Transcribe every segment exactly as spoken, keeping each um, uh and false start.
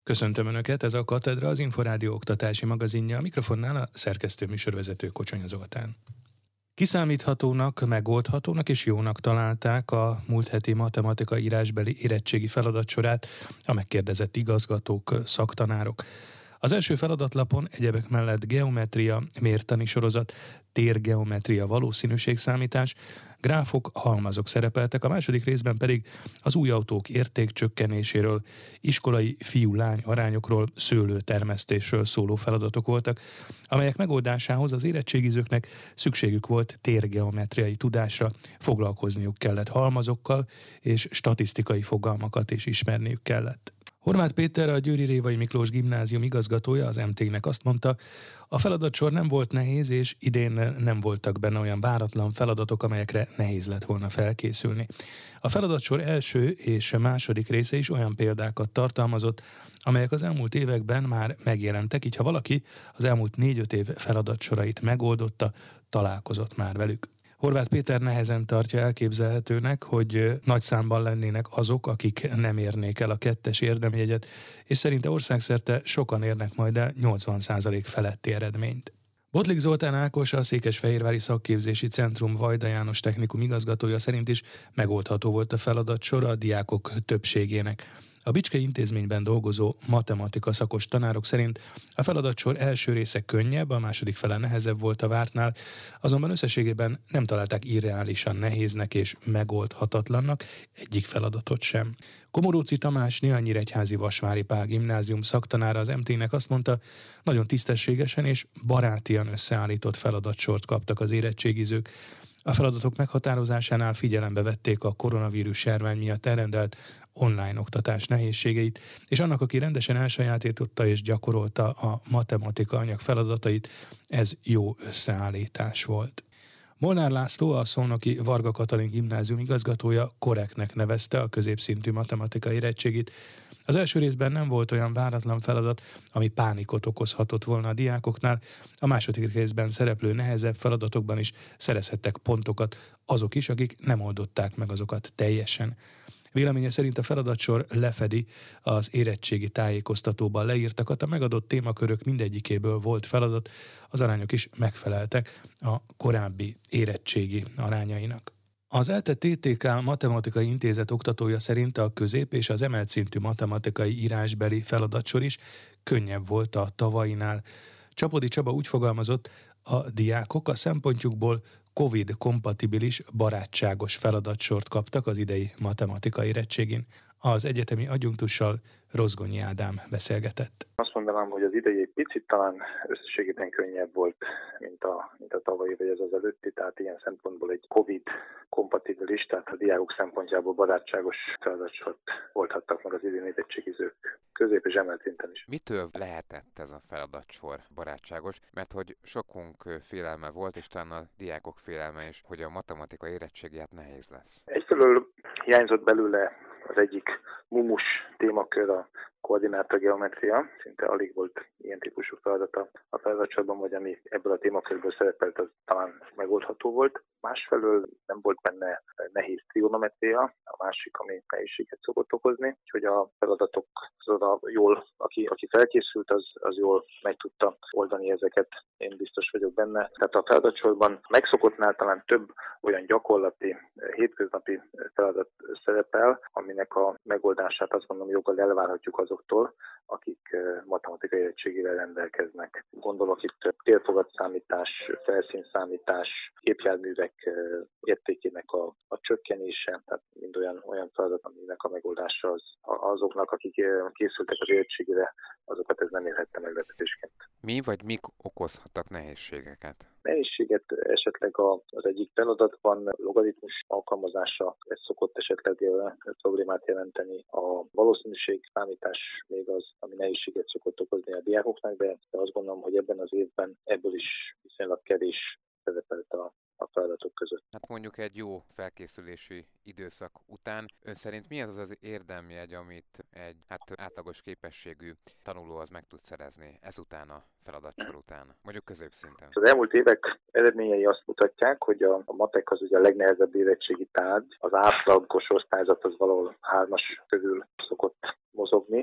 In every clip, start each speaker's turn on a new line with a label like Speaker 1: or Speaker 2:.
Speaker 1: Köszöntöm Önöket, ez a Katedra, az Inforádió oktatási magazinja, a mikrofonnál a szerkesztő műsorvezető Kocsonya Zoltán. Kiszámíthatónak, megoldhatónak és jónak találták a múlt heti matematika írásbeli érettségi feladatsorát a megkérdezett igazgatók, szaktanárok. Az első feladatlapon egyebek mellett geometria, mértani sorozat, térgeometria, valószínűségszámítás, gráfok, halmazok szerepeltek, a második részben pedig az új autók értékcsökkenéséről, iskolai fiú-lány arányokról, szőlőtermesztésről szóló feladatok voltak, amelyek megoldásához az érettségizőknek szükségük volt térgeometriai tudásra, foglalkozniuk kellett halmazokkal, és statisztikai fogalmakat is ismerniük kellett. Horváth Péter, a Győri Révai Miklós Gimnázium igazgatója az em té-nek azt mondta, a feladatsor nem volt nehéz, és idén nem voltak benne olyan váratlan feladatok, amelyekre nehéz lett volna felkészülni. A feladatsor első és második része is olyan példákat tartalmazott, amelyek az elmúlt években már megjelentek, így ha valaki az elmúlt négy-öt év feladatsorait megoldotta, találkozott már velük. Horváth Péter nehezen tartja elképzelhetőnek, hogy nagy számban lennének azok, akik nem érnék el a kettes érdemjegyet, és szerinte országszerte sokan érnek majd el nyolcvan százalék feletti eredményt. Botlik Zoltán Ákos, a Székesfehérvári Szakképzési Centrum Vajda János technikum igazgatója szerint is megoldható volt a feladatsor a diákok többségének. A Bicskei Intézményben dolgozó matematika szakos tanárok szerint a feladatsor első része könnyebb, a második fele nehezebb volt a vártnál, azonban összességében nem találták irreálisan nehéznek és megoldhatatlannak egyik feladatot sem. Komoróczi Tamás, Nyíregyházi Vasvári Pál Gimnázium szaktanára az em té-nek azt mondta, nagyon tisztességesen és barátian összeállított feladatsort kaptak az érettségizők. A feladatok meghatározásánál figyelembe vették a koronavírus járvány miatt elrendelt online oktatás nehézségeit, és annak, aki rendesen elsajátította és gyakorolta a matematika anyag feladatait, ez jó összeállítás volt. Molnár László, a szolnoki Varga Katalin Gimnázium igazgatója korrektnek nevezte a középszintű matematika érettségit. Az első részben nem volt olyan váratlan feladat, ami pánikot okozhatott volna a diákoknál, a második részben szereplő nehezebb feladatokban is szerezhettek pontokat azok is, akik nem oldották meg azokat teljesen. Véleménye szerint a feladatsor lefedi az érettségi tájékoztatóban leírtakat, a megadott témakörök mindegyikéből volt feladat, az arányok is megfeleltek a korábbi érettségi arányainak. Az ELTE té té ká Matematikai Intézet oktatója szerint a közép- és az emelt szintű matematikai írásbeli feladatsor is könnyebb volt a tavainál. Csapodi Csaba úgy fogalmazott, a diákok a szempontjukból Covid-kompatibilis, barátságos feladatsort kaptak az idei matematika érettségén. Az egyetemi adjunktussal Rozgonyi Ádám beszélgetett.
Speaker 2: Azt mondanám, hogy az idei egy picit talán összességében könnyebb volt, mint a, mint a tavalyi vagy az az előtti, tehát ilyen szempontból egy Covid-kompatibilis, tehát a diákok szempontjából barátságos feladatsort oldhattak meg az idén érettségizők közép- és emelt szinten is.
Speaker 3: Mitől lehetett ez a feladatsor barátságos? Mert hogy sokunk félelme volt, és talán a diákok félelme is, hogy a matematika érettségiát nehéz lesz.
Speaker 2: Egyfelől hiányzott belőle az egyik mumus témakör, a koordináta geometria, szinte alig volt ilyen típusú feladata a feladatsorban, vagy ami ebből a témakörből szerepelt, az talán megoldható volt. Másfelől nem volt benne nehéz trigonometria, a másik, ami nehézséget szokott okozni, hogy a feladatok szóval jól, aki, aki felkészült, az, az jól meg tudta oldani ezeket, én biztos vagyok benne. Tehát a feladatsorban megszokottnál talán több olyan gyakorlati, hétköznapi feladat szerepel, aminek a megoldását azt mondom, joggal elvárhatjuk azoktól, akik matematikai érettségével rendelkeznek. Gondolok itt térfogatszámítás, felszínszámítás, képjárművek értékének a, a csökkenése, tehát mind olyan, olyan feladat, aminek a megoldása az, azoknak, akik készültek az érettségére, azokat ez nem érhette meglepetésként.
Speaker 3: Mi vagy mik okozhattak nehézségeket?
Speaker 2: Nehézséget esetleg az egyik feladatban logaritmus alkalmazása, ez szokott esetleg problémát jelenteni. A valószínűségszámítás még az, ami nehézséget szokott okozni a diákoknak, de azt gondolom, hogy ebben az évben ebből is viszonylag kevés szerepelt a a feladatok között.
Speaker 3: Hát mondjuk egy jó felkészülési időszak után ön szerint mi az az érdemjegy, amit egy hát átlagos képességű tanuló az meg tud szerezni ezután a feladatsor után, mondjuk középszinten?
Speaker 2: Az elmúlt évek eredményei azt mutatják, hogy a, a matek az ugye a legnehezebb érettségi tárgy, az átlagos osztályzat az valahol hármas körül szokott mozogni,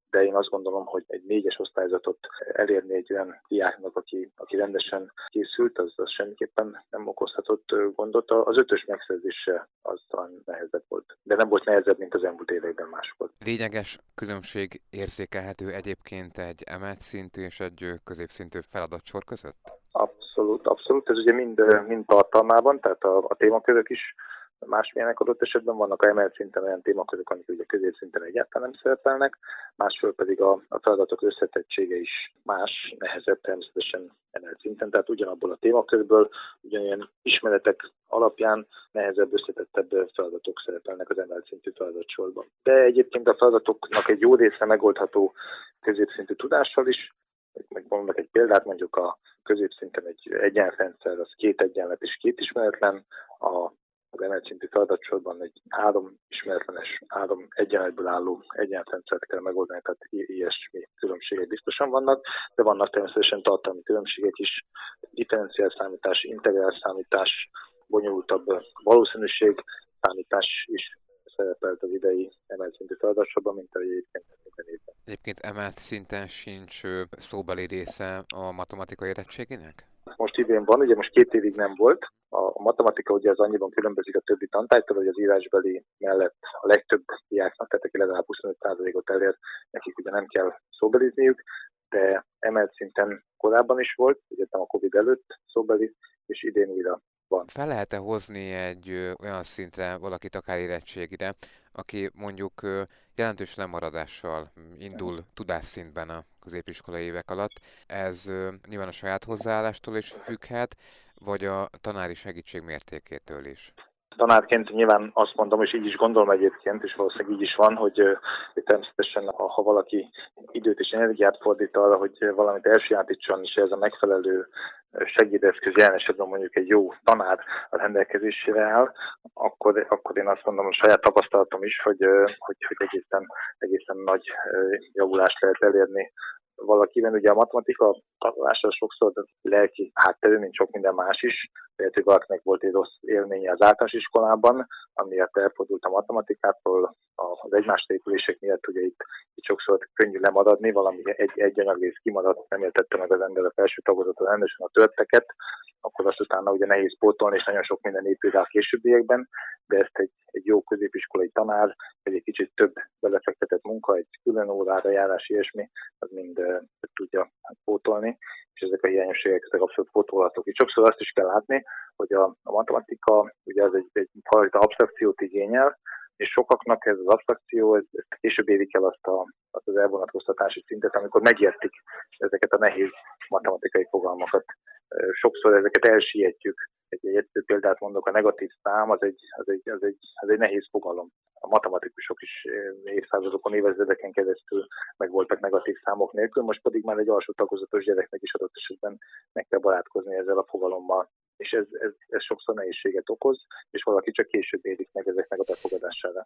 Speaker 2: de én azt gondolom, hogy egy négyes osztályzatot elérni egy olyan diáknak, aki, aki rendesen készült, az, az semmiképpen nem okozhatott gondot. Az ötös megszerzése az talán nehezebb volt, de nem volt nehezebb, mint az elmúlt években más volt.
Speaker 3: Lényeges különbség érzékelhető egyébként egy emelt szintű és egy középszintű feladatsor között?
Speaker 2: Abszolút, abszolút. Ez ugye mind, mind tartalmában, tehát a, a témakörök is másmilyenek adott esetben. Vannak a emelt szinten olyan témakörök, amik ugye középszinten egyáltalán nem szerepelnek, másfél pedig a, a feladatok összetettsége is más, nehezebb természetesen emelt szinten, tehát ugyanabból a témakörből, ugyanilyen ismeretek alapján nehezebb, összetettebb feladatok szerepelnek az emelt szintű feladatsorban. De egyébként a feladatoknak egy jó része megoldható középszintű tudással is. Meg mondok egy példát, mondjuk a középszinten egy egyenletrendszer, az két egyenlet és két ismeretlen, a az emelt szintű feladatsorban egy három ismeretlenes, három egyenletből álló egyenletrendszert kell megoldani, tehát ilyesmi különbségek biztosan vannak, de vannak természetesen tartalmi különbségek is, differenciál számítás, integrál számítás, bonyolultabb valószínűség számítás is szerepelt az idei emelt szintű feladatsorban, mint ahogy egyébként minden évben.
Speaker 3: Egyébként emelt szinten sincs szóbeli része a matematika érettségének?
Speaker 2: Most idén van, ugye most két évig nem volt. A matematika ugye az annyiban különbözik a többi tantárgytól, hogy az írásbeli mellett a legtöbb diáknak, tehát aki legalább huszonöt százalékot elér, nekik ugye nem kell szóbelizniük, de emelt szinten korábban is volt, ugye a Covid előtt szóbeli, és idén újra van.
Speaker 3: Fel lehet-e hozni egy ö, olyan szintre valakit akár érettségire, aki mondjuk ö, jelentős lemaradással indul tudásszintben a középiskolai évek alatt? Ez ö, nyilván a saját hozzáállástól is függhet, vagy a tanári segítség mértékétől is?
Speaker 2: Tanárként nyilván azt mondom, és így is gondolom egyébként, és valószínűleg így is van, hogy, hogy természetesen ha valaki időt és energiát fordít arra, hogy valamit elsajátítson, és ez a megfelelő segédeszköz, jelen esetben mondjuk egy jó tanár a rendelkezésére áll, akkor, akkor én azt mondom, a saját tapasztalatom is, hogy, hogy, hogy egészen, egészen nagy javulást lehet elérni valakiben. Ugye a matematika tanulása sokszor lelki hátterű, mint sok minden más is. Lehet, hogy valakinek volt egy rossz élménye az általános iskolában, amiért elfordult a matematikától, az egymás épülések miatt ugye itt, itt sokszor könnyű lemaradni, valami egy, egy anyagrész kimaradt, nem értette meg az ember a felső tagozaton rendesen a törteket, akkor azt utána ugye nehéz pótolni, és nagyon sok minden épül rá a későbbiekben, de ezt egy, egy jó középiskolai tanár, vagy egy kicsit több belefektetett munka, egy külön órára járás, ilyesmi, az mind uh, tudja pótolni, és ezek a hiányosságok ezek abszolút pótolhatók. Itt sokszor azt is kell látni, hogy a, a matematika ugye ez egy, egy fajta absztrakciót igényel, és sokaknak ez az absztrakció, ez, ez később érik el azt, a, azt az elvonatkoztatási szintet, amikor megértik ezeket a nehéz matematikai fogalmakat. Sokszor ezeket elsietjük. Egy egyszerű példát mondok, a negatív szám az egy, az egy, az egy, az egy nehéz fogalom. A matematikusok is évszázadokon, évezredeken keresztül meg voltak negatív számok nélkül, most pedig már egy alsó tagozatos gyereknek is adott esetben meg kell barátkozni ezzel a fogalommal. És ez, ez, ez sokszor nehézséget okoz, és valaki csak később érik meg ezeknek a befogadására.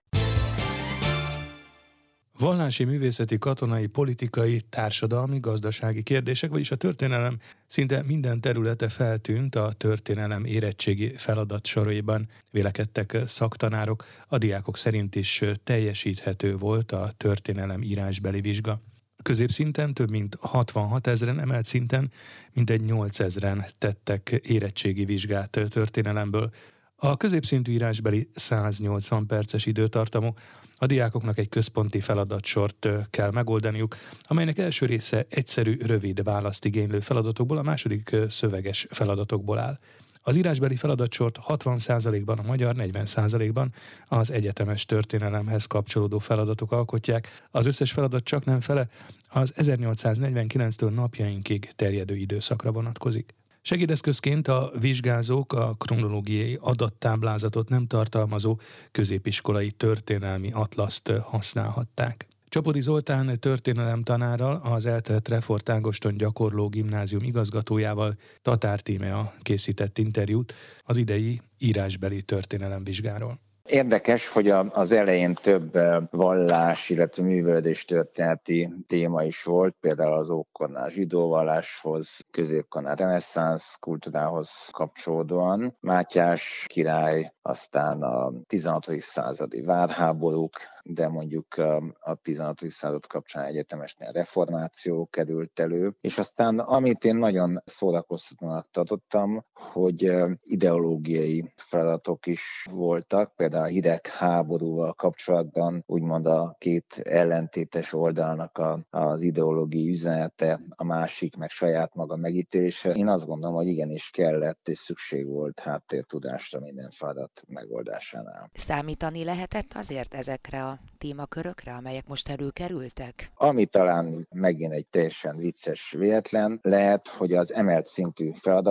Speaker 1: Vallási, művészeti, katonai, politikai, társadalmi, gazdasági kérdések, vagyis a történelem szinte minden területe feltűnt a történelem érettségi feladat soraiban. Vélekedtek szaktanárok, a diákok szerint is teljesíthető volt a történelem írásbeli vizsga. Középszinten több mint hatvanhat ezren, emelt szinten mintegy nyolcezren tettek érettségi vizsgát történelemből. A középszintű írásbeli száznyolcvan perces időtartamú, a diákoknak egy központi feladatsort kell megoldaniuk, amelynek első része egyszerű, rövid választ igénylő feladatokból, a második szöveges feladatokból áll. Az írásbeli feladatsort hatvan százalékban a magyar, negyven százalékban az egyetemes történelemhez kapcsolódó feladatok alkotják. Az összes feladat csaknem fele az ezernyolcszáznegyvenkilenctől napjainkig terjedő időszakra vonatkozik. Segédeszközként a vizsgázók a kronológiai adattáblázatot nem tartalmazó középiskolai történelmi atlaszt használhatták. Csapodi Zoltán történelem tanárral, az eltelt Refort Ágoston gyakorló gimnázium igazgatójával, Tatár Tímea készített interjút az idei írásbeli történelemvizsgáról.
Speaker 4: Érdekes, hogy az elején több vallás, illetve művelődés történeti téma is volt, például az ókornál zsidó valláshoz, középkornál reneszánsz kultúrához kapcsolódóan. Mátyás király, aztán a tizenhatodik századi várháborúk, de mondjuk a tizenhatodik század kapcsán egyetemesnél reformáció került elő, és aztán amit én nagyon szórakoztatónak tartottam, hogy ideológiai feladatok is voltak, például a hidegháborúval kapcsolatban úgymond a két ellentétes oldalnak a, az ideológiai üzenete, a másik meg saját maga megítélése. Én azt gondolom, hogy igenis kellett és szükség volt háttértudásra minden feladat megoldásánál.
Speaker 5: Számítani lehetett azért ezekre a témakörökre, amelyek most előkerültek?
Speaker 4: Ami talán megint egy teljesen vicces véletlen, lehet, hogy az emelt szintű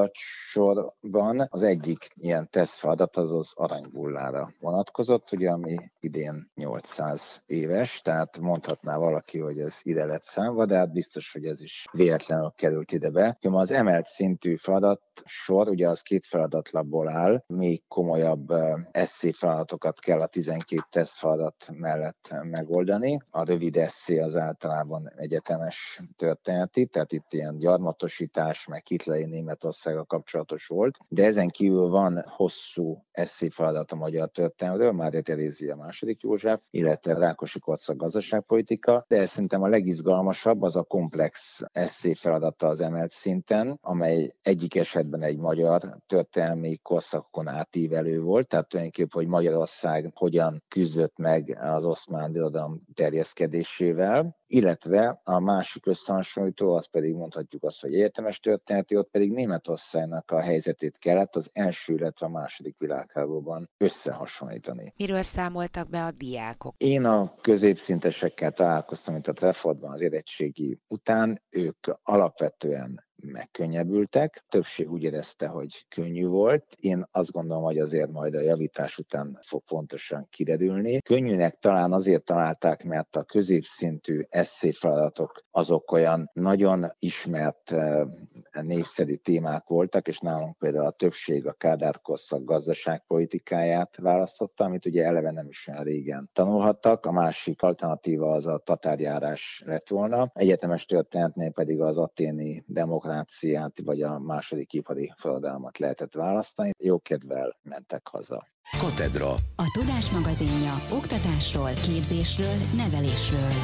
Speaker 4: feladatsorban az egyik ilyen tesztfeladat az az aranybullára vonatkozott, ugye, ami idén nyolcszáz éves, tehát mondhatná valaki, hogy ez ide lett számva, de hát biztos, hogy ez is véletlenül került ide be. Az emelt szintű feladatsor, ugye az két feladatlapból áll, még komolyabb esszé feladatokat kell a tizenkét tesztfeladat mellett megoldani. A rövid esszé az általában egyetemes történeti, tehát itt ilyen gyarmatosítás, meg hitleri Németországgal kapcsolatos volt, de ezen kívül van hosszú esszé feladat a magyar történelemről, Mária Terézia második József, illetve Rákosi korszak gazdaságpolitika, de szerintem a legizgalmasabb az a komplex esszé feladata az emelt szinten, amely egyik esetben egy magyar történelmi korszakon átívelő volt, tehát tulajdonképpen, hogy Magyarország hogyan küzdött meg az oszmán birodalom terjeszkedésével, illetve a másik összehasonlító, az pedig mondhatjuk azt, hogy egyetemes történeti, ott pedig Németországnak a helyzetét kellett az első, illetve a második világháborúban összehasonlítani.
Speaker 5: Miről számoltak be a diákok?
Speaker 4: Én a középszintesekkel találkoztam itt a Treffordban az érettségi után, ők alapvetően megkönnyebbültek. Többség úgy érezte, hogy könnyű volt. Én azt gondolom, hogy azért majd a javítás után fog pontosan kiderülni. Könnyűnek talán azért találták, mert a középszintű esszé feladatok azok olyan nagyon ismert, népszerű témák voltak, és nálunk például a többség a Kádár korszak gazdaságpolitikáját választotta, amit ugye eleve nem is olyan régen tanulhattak. A másik alternatíva az a tatárjárás lett volna. Egyetemes történetnél pedig az athéni demokrácia vagy a második ipari forradalmat lehetett választani. Jókedvel mentek haza.
Speaker 6: Katedra.
Speaker 7: A Tudás magazinja oktatásról, képzésről, nevelésről.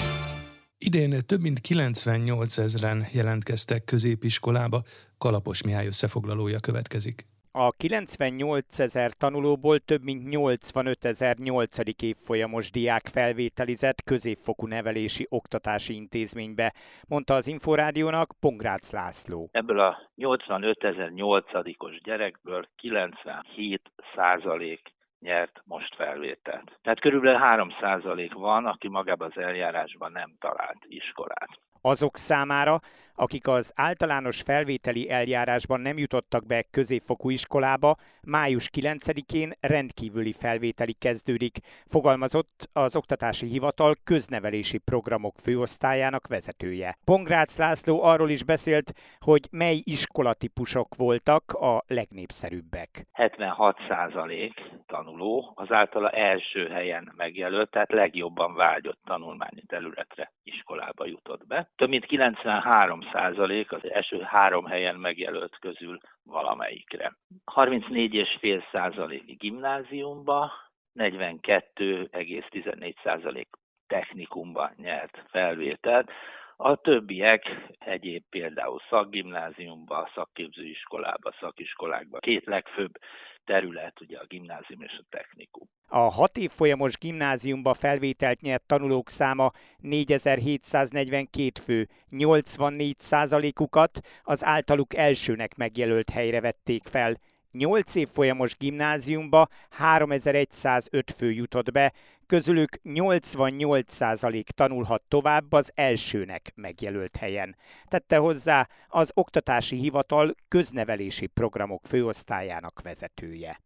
Speaker 1: Idén több mint kilencvennyolcezren jelentkeztek középiskolába, Kalapos Mihály összefoglalója következik.
Speaker 8: A kilencvennyolcezer tanulóból több mint nyolcvanötezer nyolcadik évfolyamos diák felvételizett középfokú nevelési oktatási intézménybe, mondta az Inforádiónak Pongrácz László.
Speaker 9: Ebből a nyolcvanötezer nyolcadikos gyerekből kilencvenhét százalék nyert most felvételt. Tehát körülbelül három százalék van, aki magában az eljárásban nem talált iskolát.
Speaker 8: Azok számára, akik az általános felvételi eljárásban nem jutottak be középfokú iskolába, május kilencedikén rendkívüli felvételi kezdődik, fogalmazott az Oktatási Hivatal köznevelési programok főosztályának vezetője. Pongrácz László arról is beszélt, hogy mely iskolatípusok voltak a legnépszerűbbek.
Speaker 9: hetvenhat százalék tanuló az általa első helyen megjelölt, tehát legjobban vágyott tanulmányi területre iskolába jutott be. Több mint kilencvenhárom százalék az első három helyen megjelölt közül valamelyikre. harmincnégy egész öt százalék gimnáziumba, negyvenkettő egész tizennégy százalék technikumba nyert felvételt. A többiek egyéb például szakgimnáziumba, szakképzőiskolába, szakiskolákba. Két legfőbb terület, ugye a gimnázium és a technikum.
Speaker 8: A hat évfolyamos gimnáziumba felvételt nyert tanulók száma négyezer-hétszáznegyvenkét fő, nyolcvannégy százalékukat az általuk elsőnek megjelölt helyre vették fel. nyolc évfolyamos gimnáziumba háromezer-százöt fő jutott be, közülük nyolcvannyolc százalék tanulhat tovább az elsőnek megjelölt helyen. Tette hozzá az Oktatási Hivatal köznevelési programok főosztályának vezetője.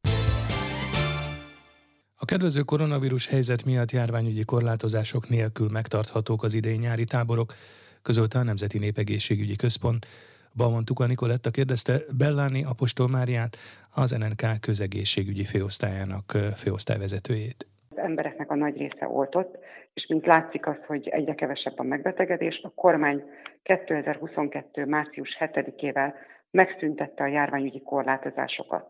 Speaker 1: A kedvező koronavírus helyzet miatt járványügyi korlátozások nélkül megtarthatók az idei nyári táborok, közölte a Nemzeti Népegészségügyi Központ. Balman Tuka Nikoletta kérdezte Belláni Apostol Máriát, az en en ká közegészségügyi főosztályának főosztályvezetőjét.
Speaker 10: Az embereknek a nagy része oltott, és mint látszik az, hogy egyre kevesebb a megbetegedés, a kormány kétezer-huszonkettő március hetedikével megszüntette a járványügyi korlátozásokat.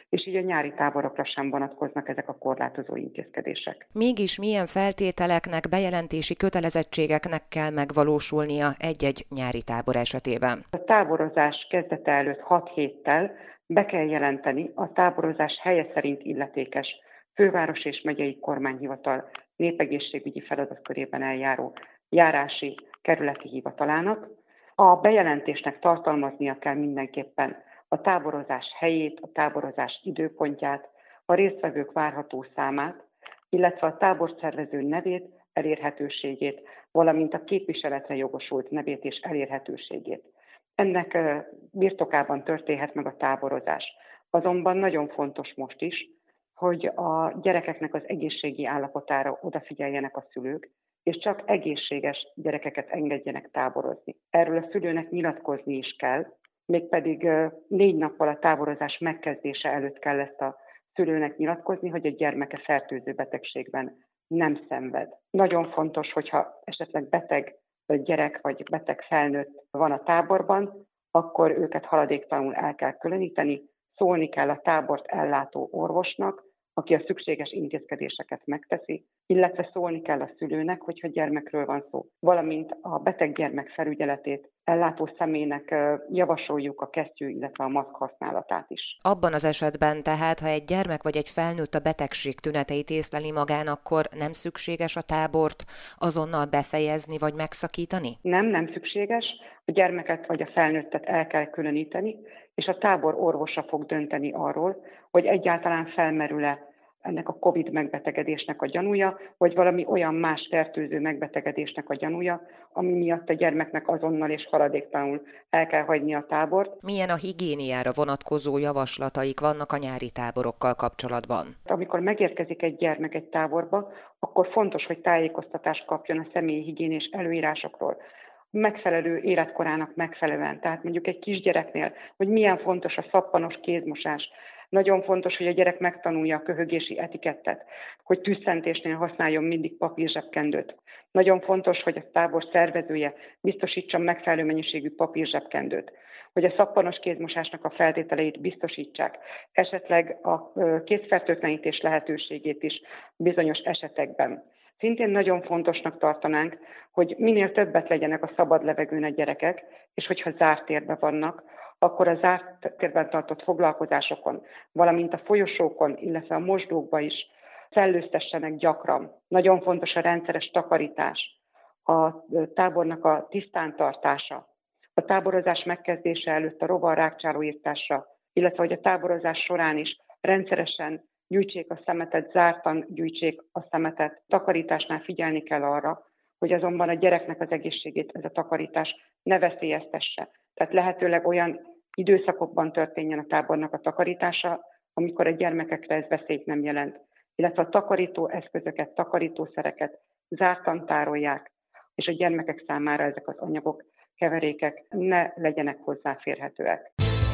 Speaker 10: és így a nyári táborokra sem vonatkoznak ezek a korlátozó intézkedések.
Speaker 5: Mégis milyen feltételeknek, bejelentési kötelezettségeknek kell megvalósulnia egy-egy nyári tábor esetében?
Speaker 10: A táborozás kezdete előtt hat héttel be kell jelenteni a táborozás helye szerint illetékes főváros és megyei kormányhivatal népegészségügyi feladatkörében eljáró járási kerületi hivatalának. A bejelentésnek tartalmaznia kell mindenképpen a táborozás helyét, a táborozás időpontját, a résztvevők várható számát, illetve a táborszervező nevét, elérhetőségét, valamint a képviseletre jogosult nevét és elérhetőségét. Ennek birtokában történhet meg a táborozás. Azonban nagyon fontos most is, hogy a gyerekeknek az egészségi állapotára odafigyeljenek a szülők, és csak egészséges gyerekeket engedjenek táborozni. Erről a szülőnek nyilatkozni is kell, mégpedig négy nappal a táborozás megkezdése előtt kell ezt a szülőnek nyilatkozni, hogy a gyermeke fertőző betegségben nem szenved. Nagyon fontos, hogyha esetleg beteg gyerek vagy beteg felnőtt van a táborban, akkor őket haladéktalanul el kell különíteni, szólni kell a tábort ellátó orvosnak, aki a szükséges intézkedéseket megteszi, illetve szólni kell a szülőnek, hogyha gyermekről van szó, valamint a beteg gyermek felügyeletét ellátó személynek javasoljuk a kesztyű, illetve a maszk használatát is.
Speaker 5: Abban az esetben tehát, ha egy gyermek vagy egy felnőtt a betegség tüneteit észleli magán, akkor nem szükséges a tábort azonnal befejezni vagy megszakítani?
Speaker 10: Nem, nem szükséges. A gyermeket vagy a felnőttet el kell különíteni, és a tábor orvosa fog dönteni arról, hogy egyáltalán felmerül-e ennek a Covid megbetegedésnek a gyanúja, vagy valami olyan más fertőző megbetegedésnek a gyanúja, ami miatt a gyermeknek azonnal és haladéktalanul el kell hagyni a tábort.
Speaker 5: Milyen a higiéniára vonatkozó javaslataik vannak a nyári táborokkal kapcsolatban?
Speaker 10: Amikor megérkezik egy gyermek egy táborba, akkor fontos, hogy tájékoztatást kapjon a személyi higiénés előírásokról, megfelelő életkorának megfelelően. Tehát mondjuk egy kisgyereknél, hogy milyen fontos a szappanos kézmosás. Nagyon fontos, hogy a gyerek megtanulja a köhögési etikettet, hogy tüsszentésnél használjon mindig papírzsebkendőt. Nagyon fontos, hogy a tábor szervezője biztosítson megfelelő mennyiségű papírzsebkendőt, hogy a szappanos kézmosásnak a feltételeit biztosítsák, esetleg a kézfertőtlenítés lehetőségét is bizonyos esetekben. Szintén nagyon fontosnak tartanánk, hogy minél többet legyenek a szabad levegőn a gyerekek, és hogyha zárt térben vannak, akkor a zárt térben tartott foglalkozásokon, valamint a folyosókon, illetve a mosdókban is szellőztessenek gyakran. Nagyon fontos a rendszeres takarítás, a tábornak a tisztántartása, a táborozás megkezdése előtt a rovar rákcsálóirtásra, illetve hogy a táborozás során is rendszeresen gyűjtsék a szemetet, zártan gyűjtsék a szemetet. Takarításnál figyelni kell arra, hogy azonban a gyereknek az egészségét ez a takarítás ne veszélyeztesse. Tehát lehetőleg olyan időszakokban történjen a tábornak a takarítása, amikor a gyermekekre ez veszélyt nem jelent. Illetve a takarító eszközöket, takarítószereket zártan tárolják, és a gyermekek számára ezek az anyagok, keverékek ne legyenek hozzáférhetőek.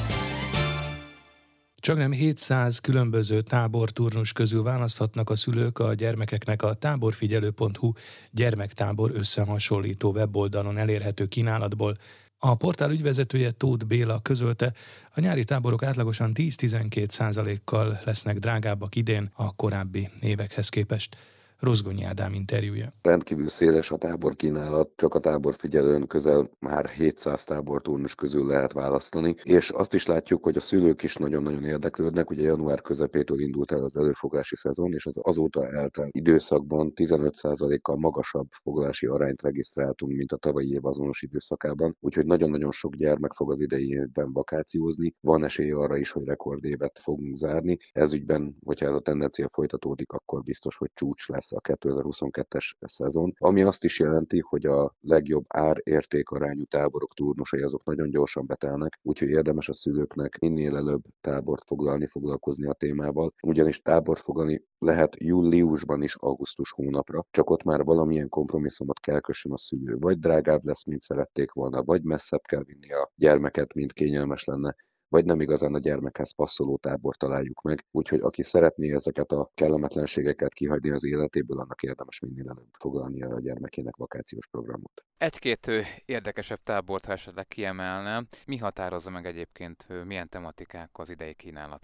Speaker 1: Csaknem hétszáz különböző táborturnus közül választhatnak a szülők a gyermekeknek a táborfigyelő pont hu gyermektábor összehasonlító weboldalon elérhető kínálatból. A portál ügyvezetője Tóth Béla közölte, a nyári táborok átlagosan tíz-tizenkét százalékkal lesznek drágábbak idén a korábbi évekhez képest. Rozgonyi Ádám interjúja.
Speaker 6: Rendkívül széles a táborkínálat, csak a táborfigyelőn közel már hétszáz táborturnus közül lehet választani, és azt is látjuk, hogy a szülők is nagyon-nagyon érdeklődnek, ugye január közepétől indult el az előfogási szezon, és az azóta eltelt időszakban tizenöt százalékkal magasabb foglalási arányt regisztráltunk, mint a tavalyi év azonos időszakában, úgyhogy nagyon-nagyon sok gyermek fog az idei évben vakációzni, van esély arra is, hogy rekordévet fogunk zárni. Ez ügyben, hogyha ez a tendencia folytatódik, akkor biztos, hogy csúcs lesz a kétezer-huszonkettes szezon, ami azt is jelenti, hogy a legjobb ár-értékarányú táborok turnusai azok nagyon gyorsan betelnek, úgyhogy érdemes a szülőknek minél előbb tábort foglalni, foglalkozni a témával, ugyanis tábort foglalni lehet júliusban is augusztus hónapra, csak ott már valamilyen kompromisszumot kell kössön a szülő, vagy drágább lesz, mint szerették volna, vagy messzebb kell vinni a gyermeket, mint kényelmes lenne, vagy nem igazán a gyermekhez passzoló tábort találjuk meg. Úgyhogy aki szeretné ezeket a kellemetlenségeket kihagyni az életéből, annak érdemes minél előbb foglalnia a gyermekének vakációs programot.
Speaker 3: Egy-két érdekesebb tábort, ha esetleg kiemelne, mi határozza meg egyébként, milyen tematikák az idei kínálatot?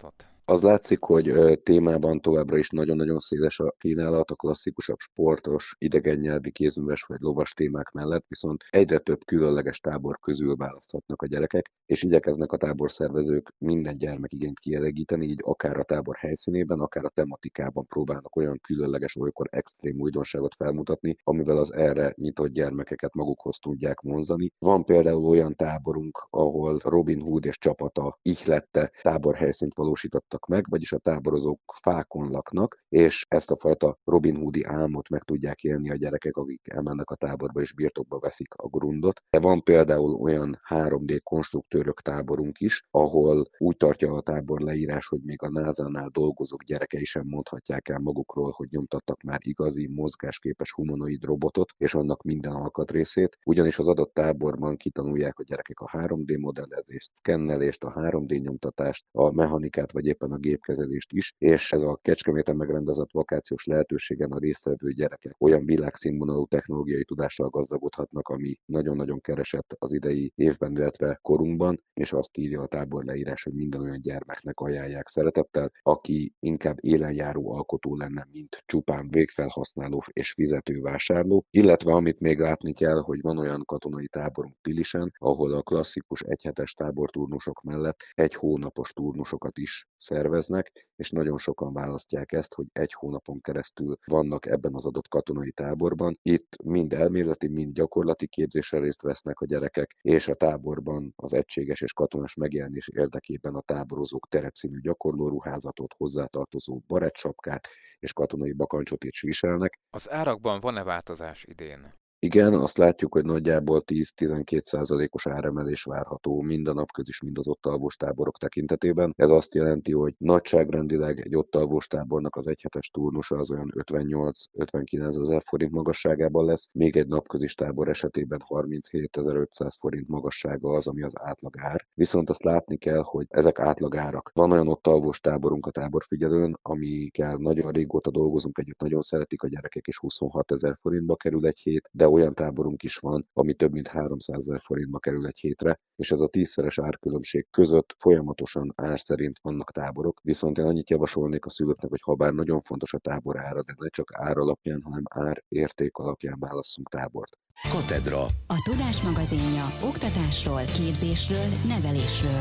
Speaker 6: Az látszik, hogy témában továbbra is nagyon-nagyon széles a kínálat a klasszikusabb sportos, idegen nyelvi, kézműves vagy lovas témák mellett, viszont egyre több különleges tábor közül választhatnak a gyerekek, és igyekeznek a táborszervezők minden gyermekigényt kielégíteni, így akár a tábor helyszínében, akár a tematikában próbálnak olyan különleges, olykor extrém újdonságot felmutatni, amivel az erre nyitott gyermekeket magukhoz tudják vonzani. Van például olyan táborunk, ahol Robin Hood és csapata ihlette táborhelyszínt valósítottak meg, vagyis a táborozók fákon laknak, és ezt a fajta Robin Hoodi álmot meg tudják élni a gyerekek, akik elmennek a táborba és birtokba veszik a grundot. De van például olyan három dé konstruktőrök táborunk is, ahol úgy tartja a tábor leírás, hogy még a názánál dolgozók gyerekei sem mondhatják el magukról, hogy nyomtattak már igazi, mozgásképes humanoid robotot, és annak minden alkatrészét, ugyanis az adott táborban kitanulják a gyerekek a három dé modellezést, szkennelést, a három dé nyomtatást, a mechanikát vagy éppen a gépkezelést is, és ez a Kecskeméten megrendezett vakációs lehetőségen a résztvevő gyerekek olyan világszínvonalú technológiai tudással gazdagodhatnak, ami nagyon-nagyon keresett az idei évben, illetve korunkban, és azt írja a tábor leírás, hogy minden olyan gyermeknek ajánlják szeretettel, aki inkább élenjáró alkotó lenne, mint csupán végfelhasználó és fizető vásárló, illetve amit még látni kell, hogy van olyan katonai táborunk Pilisen, ahol a klasszikus egyhetes táborturnusok mellett egy hónapos turnusokat is szerveznek, és nagyon sokan választják ezt, hogy egy hónapon keresztül vannak ebben az adott katonai táborban. Itt mind elméleti, mind gyakorlati képzésre részt vesznek a gyerekek, és a táborban az egységes és katonás megjelenés érdekében a táborozók terepszínű gyakorlóruházatot, hozzátartozó barátssapkát és katonai bakancsot is viselnek.
Speaker 3: Az árakban van-e változás idén?
Speaker 6: Igen, azt látjuk, hogy nagyjából tíz-tizenkét százalékos áremelés várható mind a napközis, mind az ott alvós táborok tekintetében. Ez azt jelenti, hogy nagyságrendileg egy ott alvós tábornak az egyhetes turnusa az olyan ötvennyolc-ötvenkilenc ezer forint magasságában lesz, még egy napközis tábor esetében harminchét-ezerötszáz forint magassága az, ami az átlagár. Viszont azt látni kell, hogy ezek átlagárak. Van olyan ott alvós táborunk a táborfigyelőn, amikkel nagyon régóta dolgozunk együtt, nagyon szeretik a gyerekek, és huszonhat ezer forintba kerül egy hét, de olyan táborunk is van, ami több mint háromszázezer forintba kerül egy hétre, és ez a tízszeres árkülönbség között folyamatosan ár szerint vannak táborok, viszont én annyit javasolnék a szülőknek, hogy habár nagyon fontos a tábor ára, de ne csak ár alapján, hanem ár érték alapján válasszunk tábort.
Speaker 7: Katedra. A Tudás magazinja oktatásról, képzésről, nevelésről.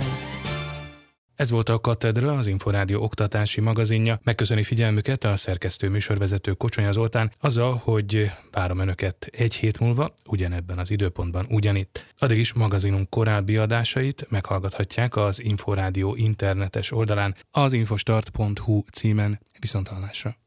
Speaker 1: Ez volt a Katedra, az Inforádió oktatási magazinja. Megköszöni figyelmüket a szerkesztő műsorvezető Kocsonya Zoltán azzal, hogy várom önöket egy hét múlva, ugyanebben az időpontban ugyanitt. Addig is magazinunk korábbi adásait meghallgathatják az Inforádió internetes oldalán, az infostart pont hu címen. Viszonthallásra.